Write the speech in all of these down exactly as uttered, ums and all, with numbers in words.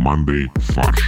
командой «Фарш».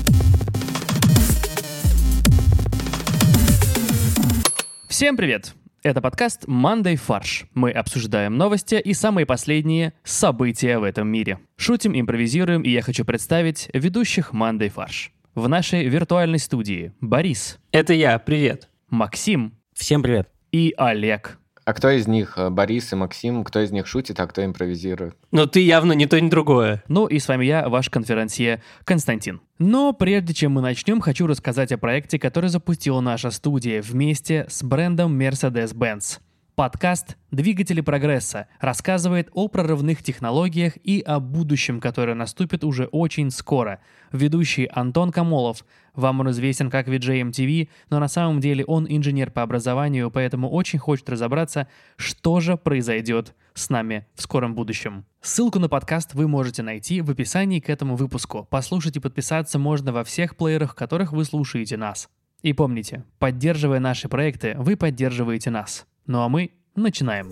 Всем привет! Это подкаст «Мандай Фарш». Мы обсуждаем новости и самые последние события в этом мире. Шутим, импровизируем, и я хочу представить ведущих «Мандай Фарш». В нашей виртуальной студии Борис. Это я, привет. Максим. Всем привет. И Олег. А кто из них, Борис и Максим, кто из них шутит, а кто импровизирует? Но ты явно не то, ни другое. Ну и с вами я, ваш конферансье Константин. Но прежде чем мы начнем, хочу рассказать о проекте, который запустила наша студия вместе с брендом Mercedes-Benz. Подкаст «Двигатели прогресса» рассказывает о прорывных технологиях и о будущем, которое наступит уже очень скоро. Ведущий Антон Камолов. Вам он известен как ви джей эм ти ви, но на самом деле он инженер по образованию, поэтому очень хочет разобраться, что же произойдет с нами в скором будущем. Ссылку на подкаст вы можете найти в описании к этому выпуску. Послушать и подписаться можно во всех плеерах, в которых вы слушаете нас. И помните, поддерживая наши проекты, вы поддерживаете нас. Ну а мы начинаем.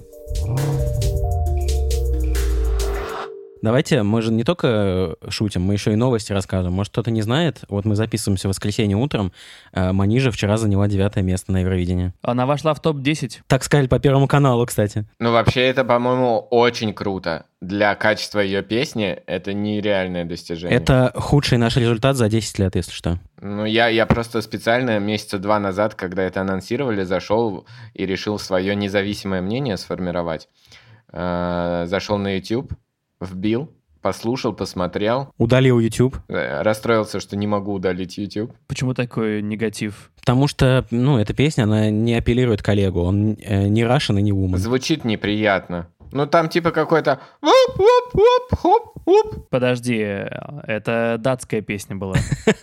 Давайте, мы же не только шутим, мы еще и новости рассказываем. Может, кто-то не знает? Вот мы записываемся в воскресенье утром. Манижа вчера заняла девятое место на Евровидении. Она вошла в топ десять. Так сказали по Первому каналу, кстати. Ну, вообще, это, по-моему, очень круто. Для качества ее песни это нереальное достижение. Это худший наш результат за десять лет, если что. Ну, я, я просто специально месяца два назад, когда это анонсировали, зашел и решил свое независимое мнение сформировать. Э-э- зашел на YouTube, вбил, послушал, посмотрел. Удалил YouTube. Расстроился, что не могу удалить YouTube. Почему такой негатив? Потому что, ну, эта песня, она не апеллирует к Олегу. Он э, не Russian и не Woman. Звучит неприятно. Ну, там типа какой-то... Воп-воп-воп-хоп-воп. Подожди, это датская песня была.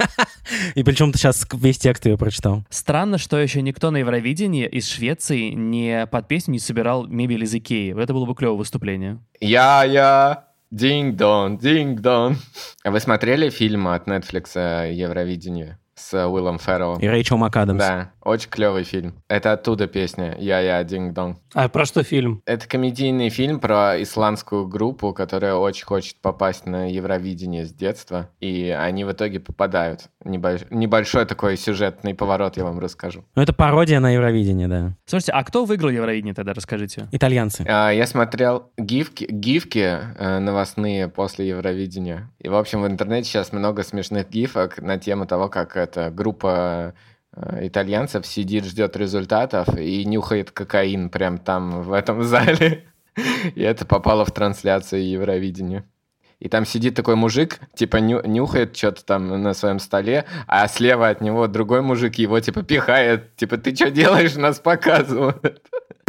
И причем ты сейчас весь текст ее прочитал. Странно, что еще никто на Евровидении из Швеции не под песню не собирал мебель из Икеи. Это было бы клевое выступление. Я-я, динг-дон, динг-дон. А вы смотрели фильм от Netflix «Евровидение» с Уиллом Ферреллом? И Рэйчел МакАдамс. Да, очень клевый фильм. Это оттуда песня «Я-я, динг-дон». А про что фильм? Это комедийный фильм про исландскую группу, которая очень хочет попасть на Евровидение с детства, и они в итоге попадают. Небольш... Небольшой такой сюжетный поворот я вам расскажу. Ну, это пародия на Евровидение, да. Слушайте, а кто выиграл Евровидение тогда, расскажите? Итальянцы. А, я смотрел гифки, гифки э, новостные после Евровидения. И, в общем, в интернете сейчас много смешных гифок на тему того, как эта группа э, итальянцев сидит, ждет результатов и нюхает кокаин прям там в этом зале. И это попало в трансляцию Евровидения. И там сидит такой мужик, типа ню- нюхает что-то там на своем столе, а слева от него другой мужик его типа пихает, типа ты что делаешь, нас показывают.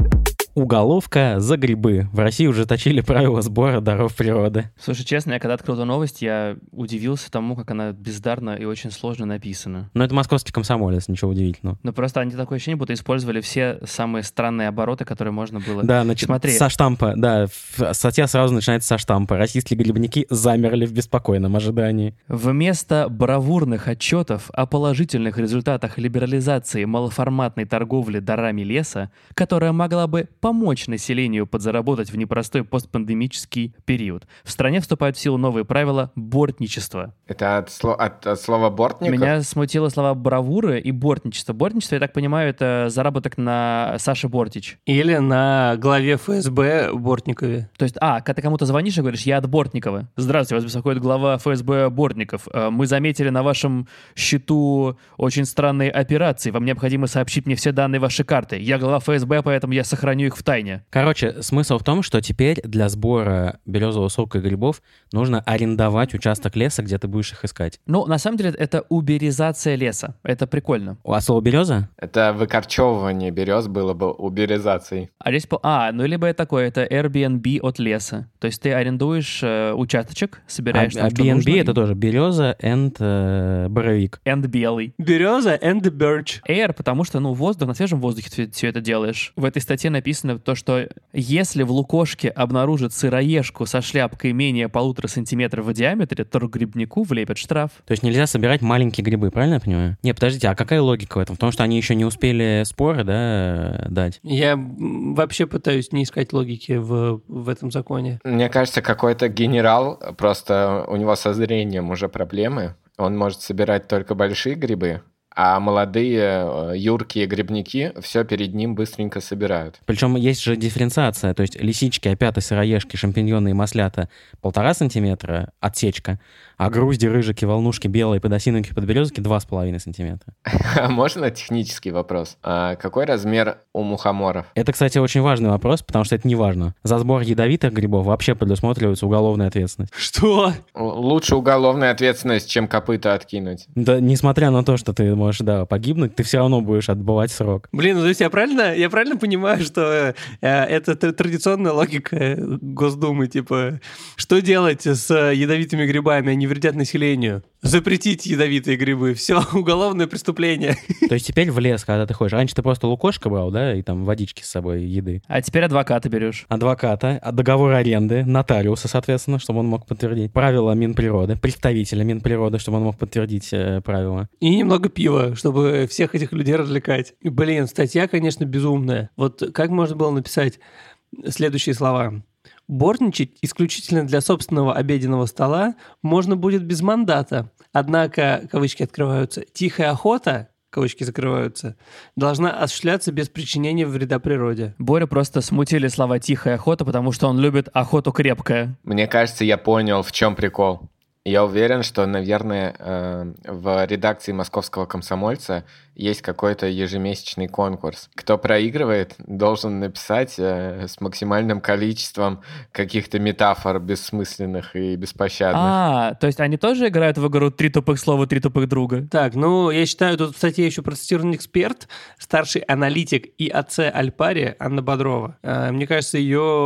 Уголовка за грибы. В России ужесточили правила сбора даров природы. Слушай, честно, я когда открыл эту новость, я удивился тому, как она бездарно и очень сложно написана. Но это московский комсомолец, ничего удивительного. Ну просто они такое ощущение, будто использовали все самые странные обороты, которые можно было. Да, значит, Смотри. со штампа, да, статья сразу начинается со штампа. Российские грибники замерли в беспокойном ожидании. Вместо бравурных отчетов о положительных результатах либерализации малоформатной торговли дарами леса, которая могла бы помочь населению подзаработать в непростой постпандемический период, в стране вступают в силу новые правила бортничества. Это от, сло- от, от слова «бортников»? Меня смутило слова «бравуры» и «бортничество». Бортничество, я так понимаю, это заработок на Саше Бортич. Или на главе эф эс бэ Бортникове. То есть, а, когда ты кому-то звонишь и говоришь: я от Бортникова. Здравствуйте, вас беспокоит глава эф эс бэ Бортников. Мы заметили на вашем счету очень странные операции. Вам необходимо сообщить мне все данные вашей карты. Я глава эф эс бэ, поэтому я сохраню их в тайне. Короче, смысл в том, что теперь для сбора березового сока и грибов нужно арендовать участок леса, где ты будешь их искать. Ну, на самом деле, это уберизация леса. Это прикольно. А слово «береза»? Это выкорчевывание берез было бы уберизацией. А здесь... А, ну, либо это такое, это Airbnb от леса. То есть ты арендуешь э, участочек, собираешь а, там, а что би эн би нужно, это и... тоже береза and э, боровик. And белый. Береза and birch. Air, потому что, ну, воздух, на свежем воздухе ты все это делаешь. В этой статье написано, написано то, что если в лукошке обнаружат сыроежку со шляпкой менее полутора сантиметров в диаметре, то грибнику влепят штраф. То есть нельзя собирать маленькие грибы, правильно я понимаю? Не, подождите, а какая логика в этом? В том, что они еще не успели споры, да, дать? Я вообще пытаюсь не искать логики в, в этом законе. Мне кажется, какой-то генерал, просто у него со зрением уже проблемы. Он может собирать только большие грибы, а молодые юркие грибники все перед ним быстренько собирают. Причем есть же дифференциация, то есть лисички, опята, сыроежки, шампиньоны и маслята полтора сантиметра отсечка, а грузди, рыжики, волнушки, белые, подосиновики, подберезки два с половиной сантиметра. Можно технический вопрос? А какой размер у мухоморов? Это, кстати, очень важный вопрос, потому что это не важно. За сбор ядовитых грибов вообще предусматривается уголовная ответственность. Что? Лучше уголовная ответственность, чем копыта откинуть. Да, несмотря на то, что ты можешь, да, погибнуть, ты все равно будешь отбывать срок. Блин, ну то есть я правильно, я правильно понимаю, что э, это т- традиционная логика Госдумы, типа, что делать с ядовитыми грибами, они вредят населению? Запретить ядовитые грибы, все, уголовное преступление. То есть теперь в лес, когда ты ходишь, раньше ты просто лукошко брал, да, и там водички с собой, еды. А теперь адвоката берешь. Адвоката, а договор аренды, нотариуса, соответственно, чтобы он мог подтвердить. Правила Минприроды, представителя Минприроды, чтобы он мог подтвердить э, правила. И немного пива, чтобы всех этих людей развлекать. И, блин, статья, конечно, безумная. Вот как можно было написать следующие слова? Бортничать исключительно для собственного обеденного стола можно будет без мандата. Однако, кавычки открываются, тихая охота, кавычки закрываются, должна осуществляться без причинения вреда природе. Боря просто смутили слова «тихая охота», потому что он любит охоту крепкая. Мне кажется, я понял, в чем прикол. Я уверен, что, наверное, в редакции «Московского комсомольца» есть какой-то ежемесячный конкурс. Кто проигрывает, должен написать с максимальным количеством каких-то метафор бессмысленных и беспощадных. А, то есть они тоже играют в игру «Три тупых слова, три тупых друга»? Так, ну, я считаю, тут в статье еще процитирован эксперт, старший аналитик и АЦ Альпари Анна Бодрова. Мне кажется,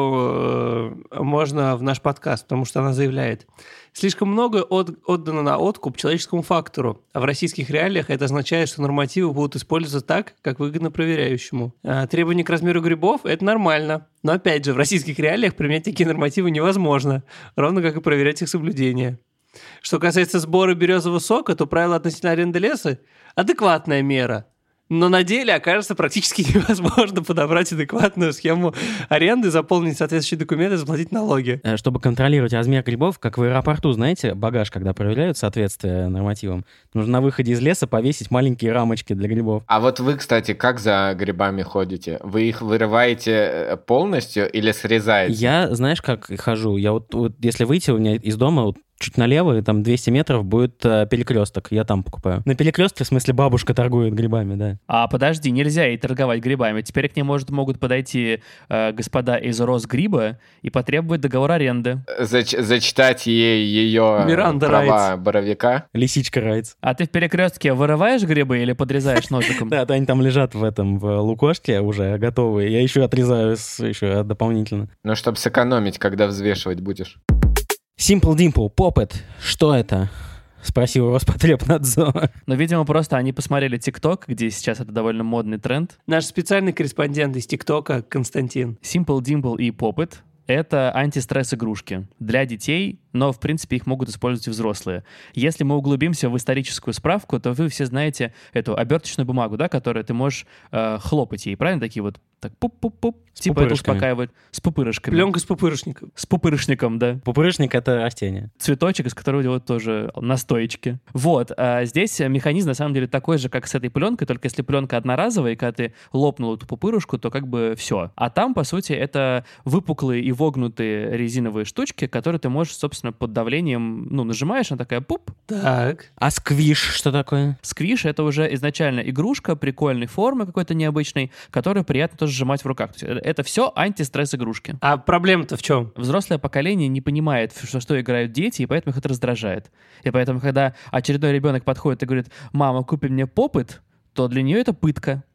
ее можно в наш подкаст, потому что она заявляет: слишком много от, отдано на откуп человеческому фактору, а в российских реалиях это означает, что нормативы будут использоваться так, как выгодно проверяющему. А требования к размеру грибов – это нормально. Но опять же, в российских реалиях применять такие нормативы невозможно, равно как и проверять их соблюдение. Что касается сбора березового сока, то правило относительно аренды леса – адекватная мера. Но на деле окажется практически невозможно подобрать адекватную схему аренды, заполнить соответствующие документы, заплатить налоги. Чтобы контролировать размер грибов, как в аэропорту, знаете, багаж, когда проверяют соответствие нормативам, нужно на выходе из леса повесить маленькие рамочки для грибов. А вот вы, кстати, как за грибами ходите? Вы их вырываете полностью или срезаете? Я, знаешь, как хожу? Я вот, вот если выйти у меня из дома, вот, чуть налево, и там двести метров будет э, перекресток. Я там покупаю. На перекрестке, в смысле, бабушка торгует грибами, да. А подожди, нельзя ей торговать грибами. Теперь к ней может, могут подойти э, господа из Росгриба и потребовать договор аренды. Зач- зачитать ей ее Миранда права Райтс. боровика. Лисичка Райтс. А ты в перекрестке вырываешь грибы или подрезаешь ножиком? Да, они там лежат в этом, в лукошке уже готовые. Я еще отрезаю еще дополнительно. Ну, чтобы сэкономить, когда взвешивать будешь. Simple Dimple, Pop It. Что это? Спросил Роспотребнадзор. Но, видимо, просто они посмотрели ТикТок, где сейчас это довольно модный тренд. Наш специальный корреспондент из ТикТока Константин. Simple Dimple и Pop It — это антистресс-игрушки для детей, но, в принципе, их могут использовать и взрослые. Если мы углубимся в историческую справку, то вы все знаете эту оберточную бумагу, да, которую ты можешь э, хлопать ей, правильно? Такие вот, так пуп-пуп-пуп, С типа это пупырышками. успокаивает. С пупырышками. Пленка с пупырышником. С пупырышником, да. Пупырышник — это растение. Цветочек, из которого делают тоже настоечки. Вот. А здесь механизм, на самом деле, такой же, как с этой пленкой, только если пленка одноразовая, и когда ты лопнул эту пупырышку, то как бы все. А там, по сути, это выпуклые и вогнутые резиновые штучки, которые ты можешь, собственно, под давлением, ну, нажимаешь, она такая пуп. Так. А сквиш что такое? Сквиш — это уже изначально игрушка прикольной формы какой-то необычной, которую приятно тоже сжимать в руках. То есть это все антистресс-игрушки. А проблема-то в чем? Взрослое поколение не понимает, что, что играют дети, и поэтому их это раздражает. И поэтому, когда очередной ребенок подходит и говорит: «Мама, купи мне попыт», то для нее это пытка. То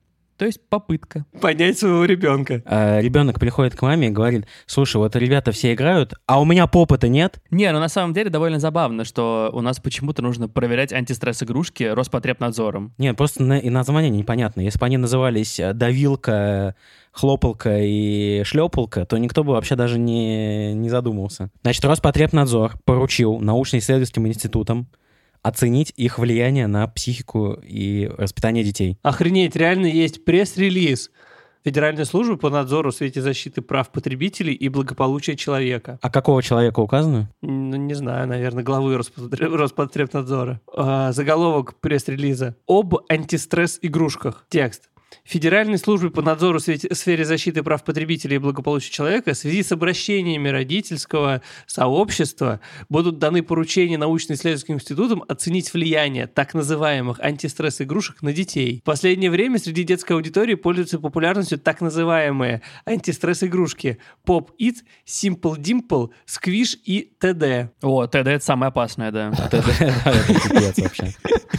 То есть попытка. Понять своего ребенка. А, ребенок приходит к маме и говорит: слушай, вот ребята все играют, а у меня попы-то нет. Не, ну на самом деле довольно забавно, что у нас почему-то нужно проверять антистресс-игрушки Роспотребнадзором. Нет, просто на, и название непонятно. Если бы они назывались давилка, хлопалка и шлепалка, то никто бы вообще даже не, не задумался. Значит, Роспотребнадзор поручил научно-исследовательским институтам оценить их влияние на психику и воспитание детей. Охренеть, реально есть пресс-релиз Федеральной службы по надзору в свете защиты прав потребителей и благополучия человека. А какого человека указано? Ну, не знаю, наверное, главы Роспотреб... Роспотребнадзора. А, заголовок пресс-релиза. Об антистресс-игрушках. Текст. Федеральной службе по надзору в сфере защиты прав потребителей и благополучия человека в связи с обращениями родительского сообщества будут даны поручения научно-исследовательским институтам оценить влияние так называемых антистресс-игрушек на детей. В последнее время среди детской аудитории пользуются популярностью так называемые антистресс-игрушки Pop-It, Simple Dimple, Squish и ТД. О, ТД — это самое опасное, да. Это пипец вообще.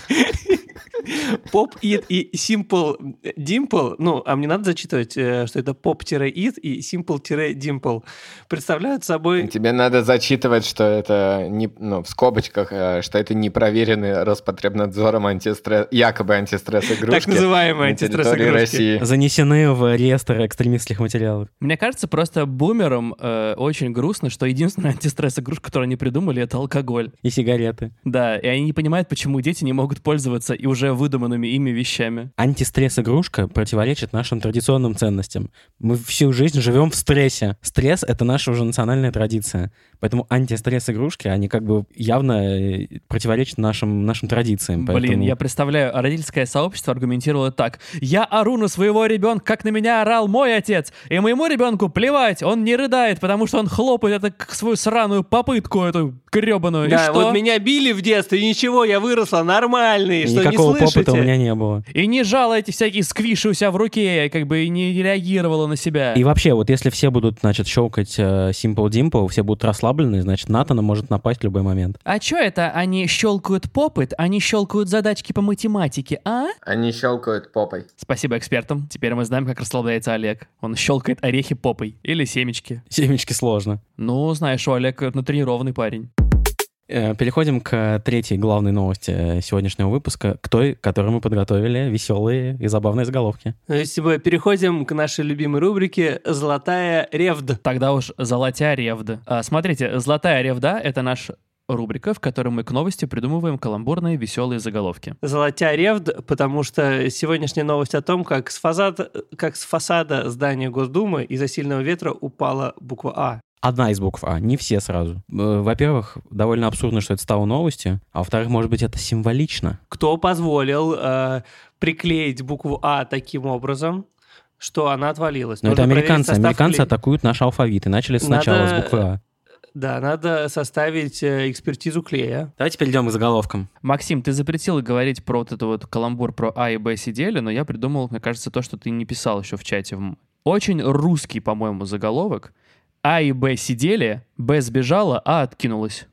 Pop-It и Simple Dimple, ну, а мне надо зачитывать, что это Pop-It и Simple-Dimple, представляют собой... Тебе надо зачитывать, что это, не, ну, в скобочках, что это непроверенные Роспотребнадзором антистресс, якобы антистресс-игрушки. Так называемые антистресс-игрушки. Занесены в реестр экстремистских материалов. Мне кажется, просто бумерам э, очень грустно, что единственная антистресс-игрушка, которую они придумали, это алкоголь. И сигареты. Да, и они не понимают, почему дети не могут пользоваться и уже выдуманными ими вещами. Антистресс-игрушка противоречит нашим традиционным ценностям. Мы всю жизнь живем в стрессе. Стресс — это наша уже национальная традиция. Поэтому антистресс-игрушки, они как бы явно противоречат нашим, нашим традициям. Блин, поэтому... я представляю, родительское сообщество аргументировало так. Я ору на своего ребенка, как на меня орал мой отец. И моему ребенку плевать, он не рыдает, потому что он хлопает это как свою сраную попытку, эту гребаную. Да, и что? вот меня били в детстве, и ничего, я выросла нормальный, что Никакого не слышите? опыта у меня не было. И не жала эти всякие сквиши у себя в руке, как бы и не реагировала на себя. И вообще, вот если все будут, значит, щелкать э, Simple Dimple, все будут расслаблены, значит, НАТО может напасть в любой момент. А чё это они щелкают попыт, они щелкают задачки по математике, а? Они щелкают попой. Спасибо экспертам. Теперь мы знаем, как расслабляется Олег. Он щелкает орехи попой. Или семечки. Семечки сложно. Ну, знаешь, у Олега натренированный парень. Переходим к третьей главной новости сегодняшнего выпуска, к той, которую мы подготовили, веселые и забавные заголовки. Если мы переходим к нашей любимой рубрике «Золотая ревда». Тогда уж «Золотая ревда». А, смотрите, «Золотая ревда» — это наша рубрика, в которой мы к новости придумываем каламбурные веселые заголовки. «Золотая ревда», потому что сегодняшняя новость о том, как с фасада, как с фасада здания Госдумы из-за сильного ветра упала буква «А». Одна из букв А, не все сразу. Во-первых, довольно абсурдно, что это стало новостью, а во-вторых, может быть, это символично. Кто позволил э, приклеить букву «А» таким образом, что она отвалилась? Но Нужно это американцы. проверить состав Американцы клея. атакуют наш алфавит и начали сначала Надо... с буквы А. Да, надо составить э, экспертизу клея. Давайте перейдем к заголовкам. Максим, ты запретил говорить про вот это вот каламбур про А и Б сидели, но я придумал, мне кажется, то, что ты не писал еще в чате. Очень русский, по-моему, заголовок. А и Б сидели, Б сбежала, А откинулась.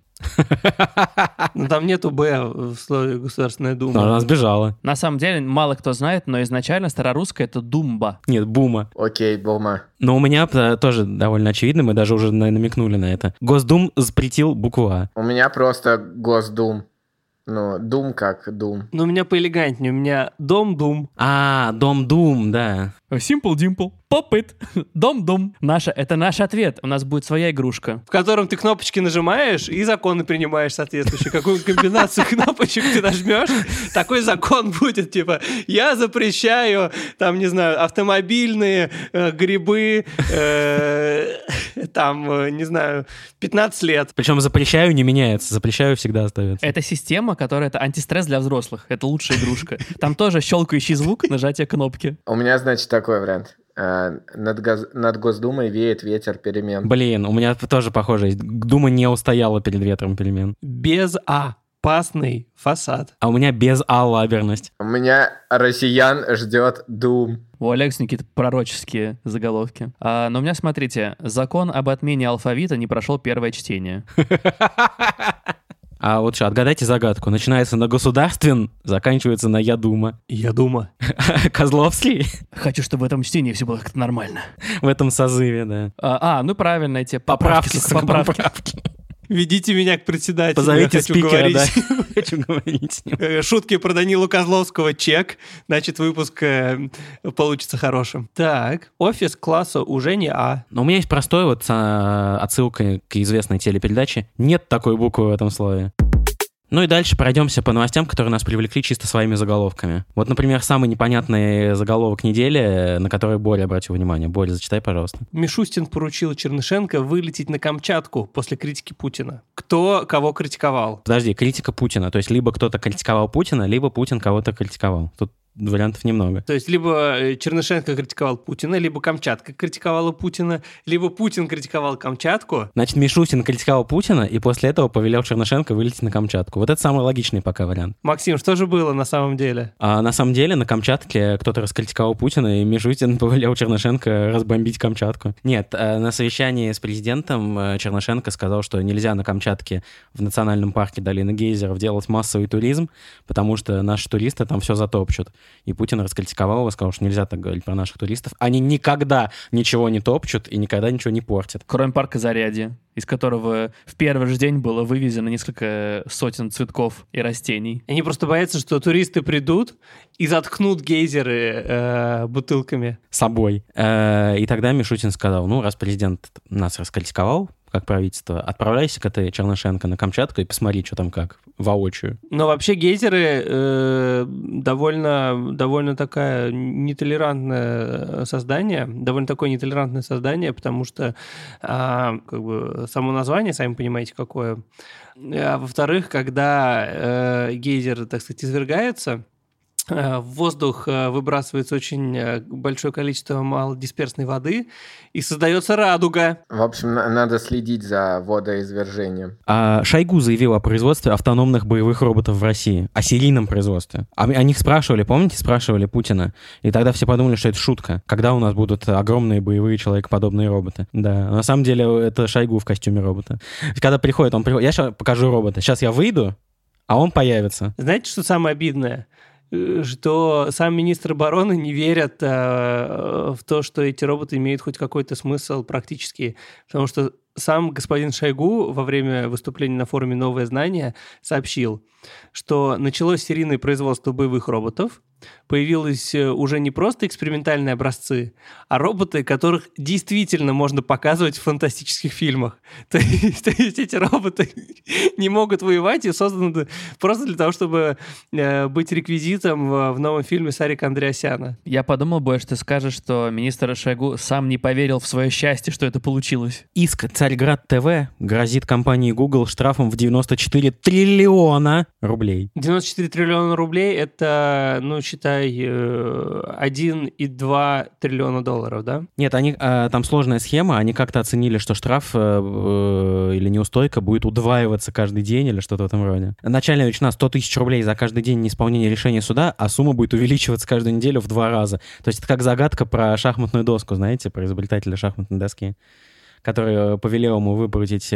Но там нету «Б» в слове «Государственная Дума». Но она сбежала. На самом деле, мало кто знает, но изначально старорусское — это думба. Нет, бума. Окей, бума. Но у меня тоже довольно очевидно, мы даже уже намекнули на это. Госдум запретил букву А. У меня просто Госдум. Ну, Дум как Дум. Но у меня поэлегантнее, у меня «Дом-Дум». А, Дом-Дум, да. Simple Dimple. Попыт. Дом-дум. Наша, это наш ответ. У нас будет своя игрушка. В котором ты кнопочки нажимаешь и законы принимаешь соответствующие. Какую комбинацию кнопочек ты нажмешь, такой закон будет. Типа, я запрещаю, там, не знаю, автомобильные, э, грибы, э, там, э, не знаю, пятнадцать лет. Причем запрещаю не меняется, запрещаю всегда остается. Это система, которая это антистресс для взрослых. Это лучшая игрушка. Там тоже щелкающий звук, нажатие кнопки. У меня, значит, такой вариант. Над, гос... Над Госдумой веет ветер перемен. Блин, у меня тоже похоже есть. Дума не устояла перед ветром перемен. Без А. Пасный фасад. А у меня без А лаберность. У меня россиян ждет Дум. У Олега какие-то пророческие заголовки. А, но у меня, смотрите, закон об отмене алфавита не прошел первое чтение. А вот что, отгадайте загадку. Начинается на государствен, заканчивается на я дума. Я думаю. Козловский Хочу, чтобы в этом чтении все было как-то нормально. в этом созыве, да. А, а, ну правильно, эти поправки. сука, поправки. Ведите меня к председателю. Позовите я хочу спикера, говорить. да. Хочу говорить с ним. Э, Шутки про Данилу Козловского, чек. Значит, выпуск э, получится хорошим. Так, офис класса уже не А. Но у меня есть простой вот а, отсылка к известной телепередаче. Нет такой буквы в этом слове. Ну и дальше пройдемся по новостям, которые нас привлекли чисто своими заголовками. Вот, например, самый непонятный заголовок недели, на который Боря обратил внимание. Боря, зачитай, пожалуйста. Мишустин поручил Чернышенко вылететь на Камчатку после критики Путина. Кто кого критиковал? Подожди, критика Путина. То есть либо кто-то критиковал Путина, либо Путин кого-то критиковал. Тут вариантов немного. То есть либо э, Чернышенко критиковал Путина, либо Камчатка критиковала Путина, либо Путин критиковал Камчатку. Значит, Мишустин критиковал Путина, и после этого повелел Чернышенко вылететь на Камчатку. Вот это самый логичный пока вариант. Максим, что же было на самом деле? А на самом деле на Камчатке кто-то раскритиковал Путина, и Мишустин повелел Чернышенко разбомбить Камчатку. Нет, э, на совещании с президентом э, Чернышенко сказал, что нельзя на Камчатке в национальном парке Долины Гейзеров делать массовый туризм, потому что наши туристы там все затопчут. И Путин раскритиковал его, сказал, что нельзя так говорить про наших туристов. Они никогда ничего не топчут и никогда ничего не портят. Кроме парка Зарядье, из которого в первый же день было вывезено несколько сотен цветков и растений. Они просто боятся, что туристы придут и заткнут гейзеры э, бутылками. С собой. Э, И тогда Мишустин сказал, ну, раз президент нас раскритиковал, как правительство, отправляйся-ка ты, Чернышенко, на Камчатку и посмотри, что там как, воочию. Но вообще гейзеры э, довольно, довольно такая нетолерантное создание, довольно такое нетолерантное создание, потому что а, как бы само название, сами понимаете, какое. А во-вторых, когда э, гейзер, так сказать, извергается, в воздух выбрасывается очень большое количество малодисперсной воды, и создается радуга. В общем, на- надо следить за водоизвержением. А Шойгу заявил о производстве автономных боевых роботов в России, о серийном производстве. А мы- о них спрашивали, помните, спрашивали Путина, и тогда все подумали, что это шутка. Когда у нас будут огромные боевые человекоподобные роботы? Да, на самом деле это Шойгу в костюме робота. Когда приходит, он приходит, я сейчас покажу робота, сейчас я выйду, а он появится. Знаете, что самое обидное? Что сам министр обороны не верит э, в то, что эти роботы имеют хоть какой-то смысл практически, потому что сам господин Шойгу во время выступления на форуме «Новое знание» сообщил, что началось серийное производство боевых роботов, появились уже не просто экспериментальные образцы, а роботы, которых действительно можно показывать в фантастических фильмах. То есть, то есть эти роботы не могут воевать и созданы просто для того, чтобы э, быть реквизитом в, в новом фильме Сарика Андреасяна. Я подумал, Бой, что ты скажешь, что министр Шойгу сам не поверил в свое счастье, что это получилось. Иск Царьград ТВ грозит компании Google штрафом в девяносто четыре триллиона рублей. девяносто четыре триллиона рублей — это, ну, считай, один и два триллиона долларов, да? Нет, они, э, там сложная схема, они как-то оценили, что штраф э, э, или неустойка будет удваиваться каждый день или что-то в этом роде. Начальная величина сто тысяч рублей за каждый день неисполнения решения суда, а сумма будет увеличиваться каждую неделю в два раза. То есть это как загадка про шахматную доску, знаете, про изобретателя шахматной доски, который повелел ему выплатить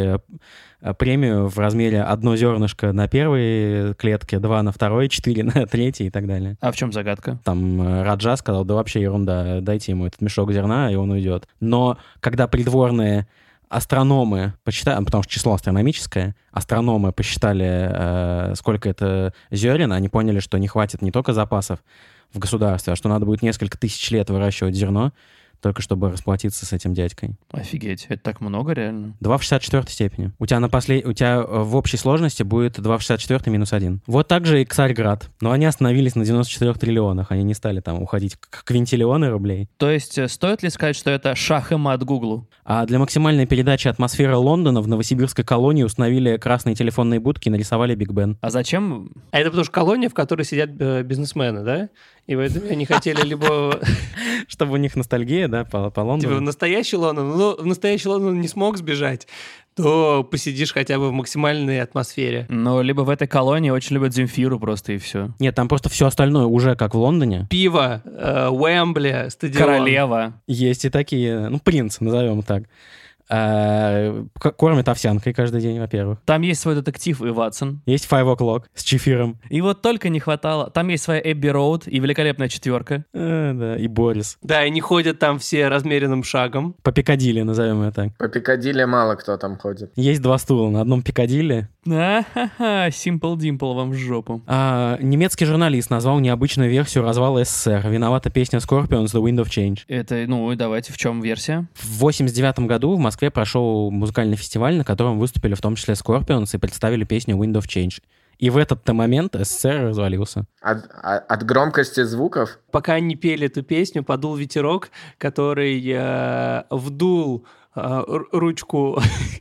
премию в размере одно зернышко на первой клетке, два на второй, четыре на третьей и так далее. А в чем загадка? Там Раджа сказал, да вообще ерунда, дайте ему этот мешок зерна, и он уйдет. Но когда придворные астрономы посчитали, потому что число астрономическое, астрономы посчитали, э, сколько это зерен, они поняли, что не хватит не только запасов в государстве, а что надо будет несколько тысяч лет выращивать зерно, только чтобы расплатиться с этим дядькой. Офигеть, это так много реально? два в шестьдесят четвёртой степени. У тебя, на послед... У тебя в общей сложности будет два в шестьдесят четвёртой минус один. Вот так же и Царьград. Но они остановились на девяноста четырёх триллионах. Они не стали там уходить к квинтиллионы рублей. То есть э, стоит ли сказать, что это шах и мат Гуглу? А для максимальной передачи атмосферы Лондона в новосибирской колонии установили красные телефонные будки и нарисовали Биг Бен. А зачем? А это потому что колония, в которой сидят э, бизнесмены, да? И поэтому они хотели либо... Чтобы у них ностальгия, да, по, по Лондону. Типа в настоящий Лондон, ну, в настоящий Лондон не смог сбежать, то посидишь хотя бы в максимальной атмосфере. Ну, либо в этой колонии очень любят Земфиру просто и все. Нет, там просто все остальное уже как в Лондоне. Пиво, э, Уэмбли, стадион. Королева. Есть и такие, ну, принц, назовем так. А, к- кормят овсянкой каждый день, во-первых. Там есть свой детектив и Ватсон. Есть Five O'Clock с чефиром. И вот только не хватало. Там есть своя Эбби Роуд и великолепная четверка. А, да, и Борис. Да, они ходят там все размеренным шагом. По Пикадилли, назовем ее так. По Пикадилли мало кто там ходит. Есть два стула. На одном Пикадилли. А-ха-ха, Simple Dimple вам в жопу. А, немецкий журналист назвал необычную версию развала СССР. Виновата песня Scorpions «The Wind of Change». Это, ну, и давайте, в чем версия? В восемьдесят девятом году в Москве прошел музыкальный фестиваль, на котором выступили в том числе Scorpions и представили песню «Wind of Change». И в этот-то момент СССР развалился. От, от- от громкости звуков? Пока они пели эту песню, подул ветерок, который э, вдул э, р- ручку,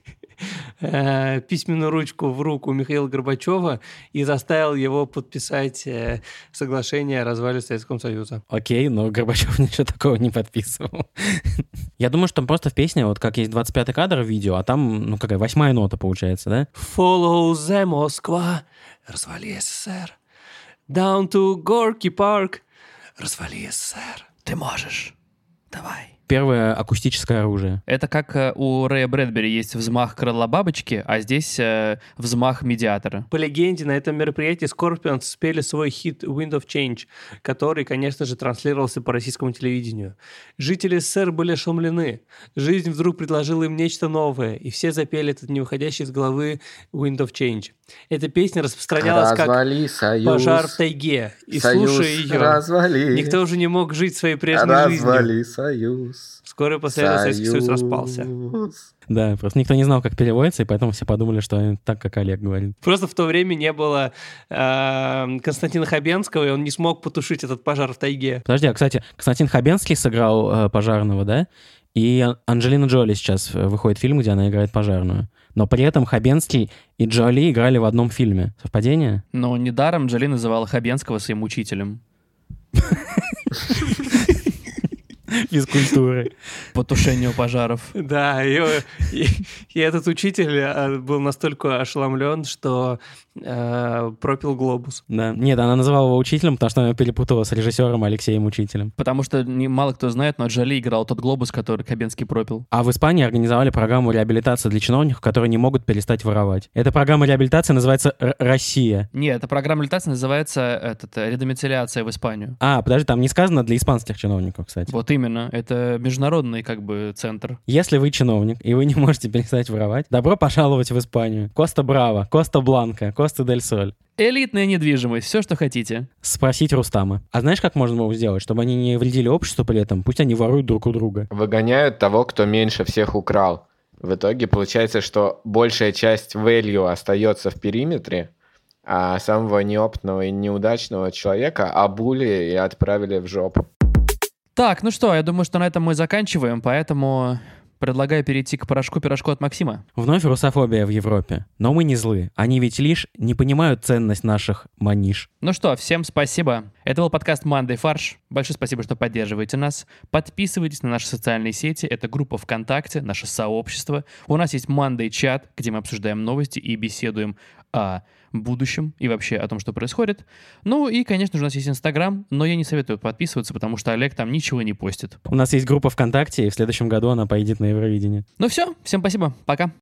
э, письменную ручку в руку Михаила Горбачева и заставил его подписать э, соглашение о развале Советского Союза. Окей, но Горбачев ничего такого не подписывал. Я думаю, что там просто в песне, вот как есть двадцать пятый кадр в видео, а там, ну какая, восьмая нота получается, да? Follow the Москва, развали СССР. Down to Gorky Park, развали СССР. Ты можешь. Давай. Первое акустическое оружие. Это как э, у Рэя Брэдбери есть взмах крыла бабочки, а здесь э, взмах медиатора. По легенде, на этом мероприятии Scorpions спели свой хит «Wind of Change», который, конечно же, транслировался по российскому телевидению. Жители СССР были ошеломлены. Жизнь вдруг предложила им нечто новое, и все запели этот не выходящий из головы «Wind of Change». Эта песня распространялась Развали как союз. пожар в тайге. И Союз слушая ее, развали. никто уже не мог жить своей прежней жизнью. Развали союз. Вскоре после этого Советский Союз распался. Да, просто никто не знал, как переводится, и поэтому все подумали, что так, как Олег говорит. Просто в то время не было э, Константина Хабенского, и он не смог потушить этот пожар в тайге. Подожди, а, кстати, Константин Хабенский сыграл э, пожарного, да? И Ан- Анджелина Джоли сейчас э, выходит фильм, где она играет пожарную. Но при этом Хабенский и Джоли играли в одном фильме. Совпадение? Но недаром Джоли называла Хабенского своим учителем. Физкультуры. По тушению пожаров. Да, и, и- и этот учитель э, был настолько ошеломлен, что э, пропил глобус. Да. Нет, она называла его учителем, потому что она перепутала с режиссером Алексеем Учителем. Потому что не, мало кто знает, но Джоли играл тот глобус, который Хабенский пропил. А в Испании организовали программу реабилитации для чиновников, которые не могут перестать воровать. Эта программа реабилитации называется Р- «Россия». Нет, эта программа реабилитации называется этот, э, редомицилиация в Испанию. А, подожди, там не сказано для испанских чиновников, кстати. Вот именно, это международный как бы центр. Если вы чиновник, и вы не можете перестать воровать, добро пожаловать в Испанию. Коста Браво, Коста Бланка, Коста дель Соль. Элитная недвижимость, все, что хотите. Спросить Рустама. А знаешь, как можно было сделать, чтобы они не вредили обществу при этом? Пусть они воруют друг у друга. Выгоняют того, кто меньше всех украл. В итоге получается, что большая часть value остается в периметре, а самого неопытного и неудачного человека обули и отправили в жопу. Так, ну что, я думаю, что на этом мы заканчиваем, поэтому предлагаю перейти к порошку-пирожку от Максима. Вновь русофобия в Европе. Но мы не злы. Они ведь лишь не понимают ценность наших маниш. Ну что, всем спасибо. Это был подкаст «Мандай фарш». Большое спасибо, что поддерживаете нас. Подписывайтесь на наши социальные сети. Это группа ВКонтакте, наше сообщество. У нас есть Мандай чат, где мы обсуждаем новости и беседуем о будущем и вообще о том, что происходит. Ну и, конечно же, у нас есть Инстаграм, но я не советую подписываться, потому что Олег там ничего не постит. У нас есть группа ВКонтакте, и в следующем году она поедет на Евровидение. Ну все, всем спасибо, пока.